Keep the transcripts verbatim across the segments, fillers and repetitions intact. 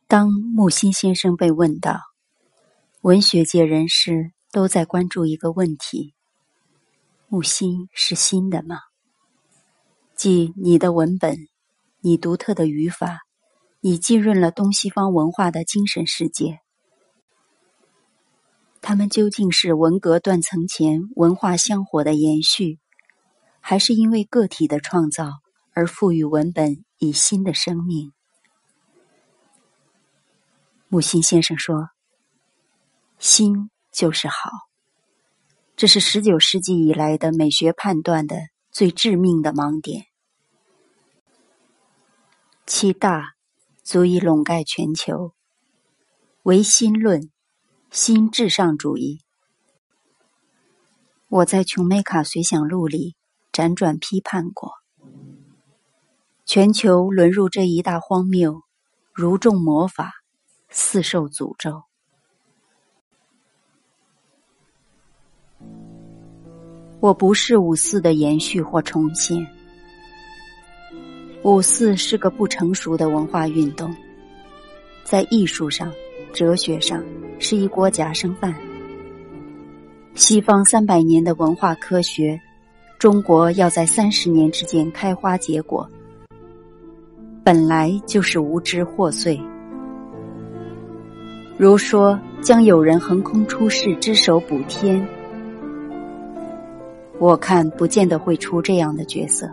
当木心先生被问到，文学界人士都在关注一个问题：木心是新的吗？即你的文本，你独特的语法，你浸润了东西方文化的精神世界，它们究竟是文革断层前文化香火的延续，还是因为个体的创造而赋予文本以新的生命？木心先生说，新就是好，这是十九世纪以来的美学判断的最致命的盲点，其大足以笼盖全球，唯心论，新至上主义。我在琼美卡随想录里辗转批判过，全球沦入这一大荒谬，如中魔法，似受诅咒。我不是五四的延续或重现，五四是个不成熟的文化运动，在艺术上、哲学上是一锅夹生饭。西方三百年的文化科学，中国要在三十年之间开花结果，本来就是无知获罪。如说将有人横空出世，只手补天，我看不见得会出这样的角色。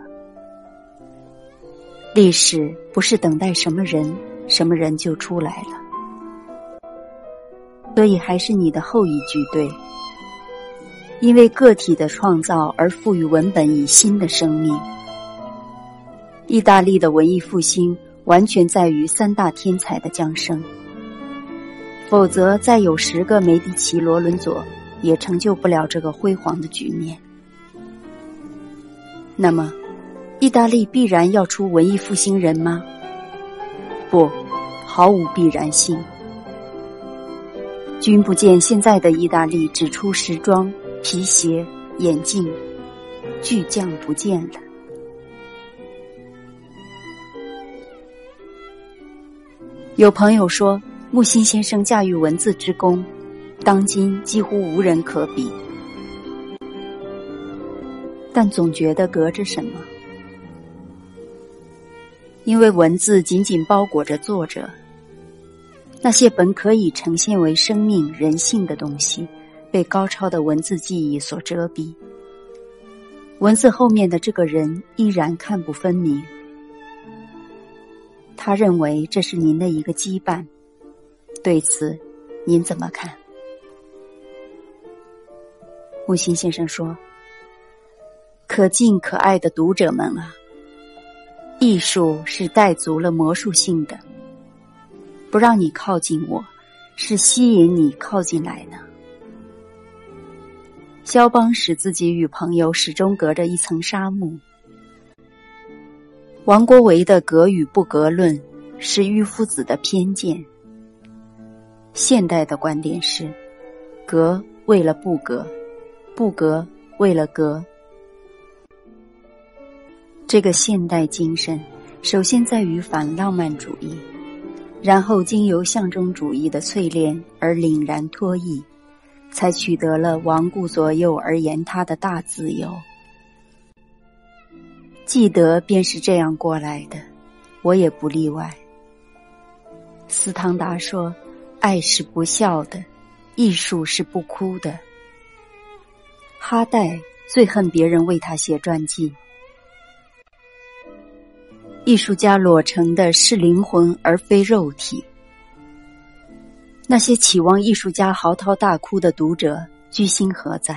历史不是等待什么人，什么人就出来了。所以还是你的后一句对，因为个体的创造而赋予文本以新的生命。意大利的文艺复兴完全在于三大天才的降生，否则再有十个梅迪奇罗伦佐也成就不了这个辉煌的局面。那么意大利必然要出文艺复兴人吗？不，毫无必然性。君不见现在的意大利只出时装、皮鞋、眼镜，巨匠不见了。有朋友说，木心先生驾驭文字之功，当今几乎无人可比，但总觉得隔着什么。因为文字紧紧包裹着作者，那些本可以呈现为生命人性的东西，被高超的文字记忆所遮蔽。文字后面的这个人依然看不分明。他认为这是您的一个羁绊，对此您怎么看？木心先生说，可敬可爱的读者们啊，艺术是带足了魔术性的，不让你靠近我，是吸引你靠近来呢。肖邦使自己与朋友始终隔着一层纱幕。王国维的格与不格论是迂夫子的偏见。现代的观点是，格为了不格，不格为了格。这个现代精神首先在于反浪漫主义，然后经由象征主义的淬炼而凛然脱逸，才取得了罔顾左右而言他的大自由。记得便是这样过来的，我也不例外。斯汤达说，爱是不笑的，艺术是不哭的。哈代最恨别人为他写传记。艺术家裸成的是灵魂而非肉体。那些期望艺术家嚎啕大哭的读者居心何在？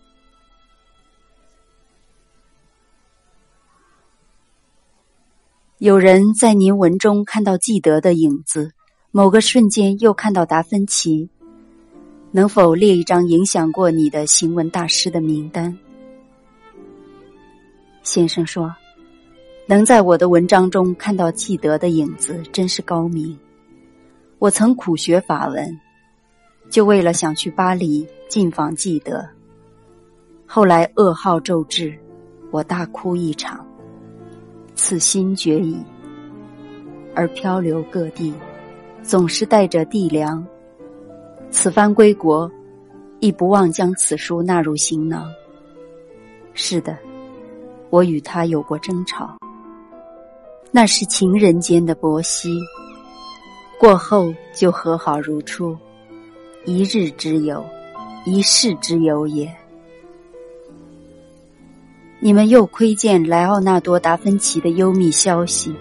有人在您文中看到纪德的影子，某个瞬间又看到达芬奇，能否列一张影响过你的行文大师的名单？先生说，能在我的文章中看到纪德的影子真是高明。我曾苦学法文，就为了想去巴黎进访纪德，后来噩耗骤至，我大哭一场，此心决矣，而漂流各地， 总是带着地粮，此番归国，亦不忘将此书纳入行囊。是的，我与他有过争吵，那是情人间的薄惜，过后就和好如初，一日之游，一世之游也。你们又窥见莱奥纳多·达芬奇的幽密消息，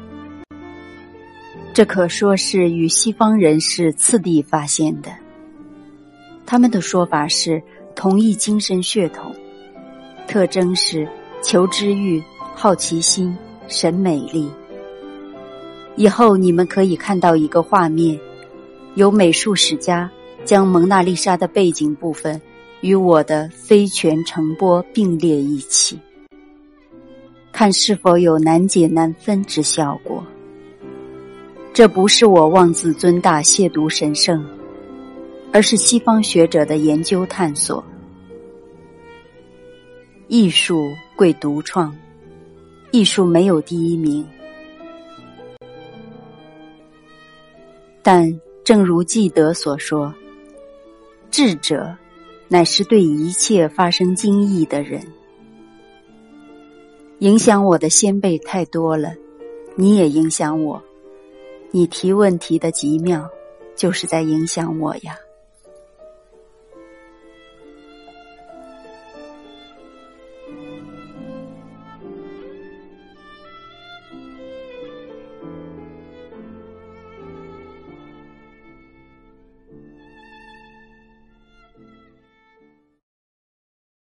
这可说是与西方人士次第发现的。他们的说法是同一精神血统，特征是求知欲、好奇心、审美力。以后你们可以看到一个画面，有美术史家将蒙娜丽莎的背景部分与我的飞泉成波并列一起，看是否有难解难分之效果。这不是我妄自尊大亵渎神圣，而是西方学者的研究探索。艺术贵独创，艺术没有第一名，但正如纪德所说，智者乃是对一切发生惊异的人。影响我的先辈太多了，你也影响我，你提问题的极妙，就是在影响我呀。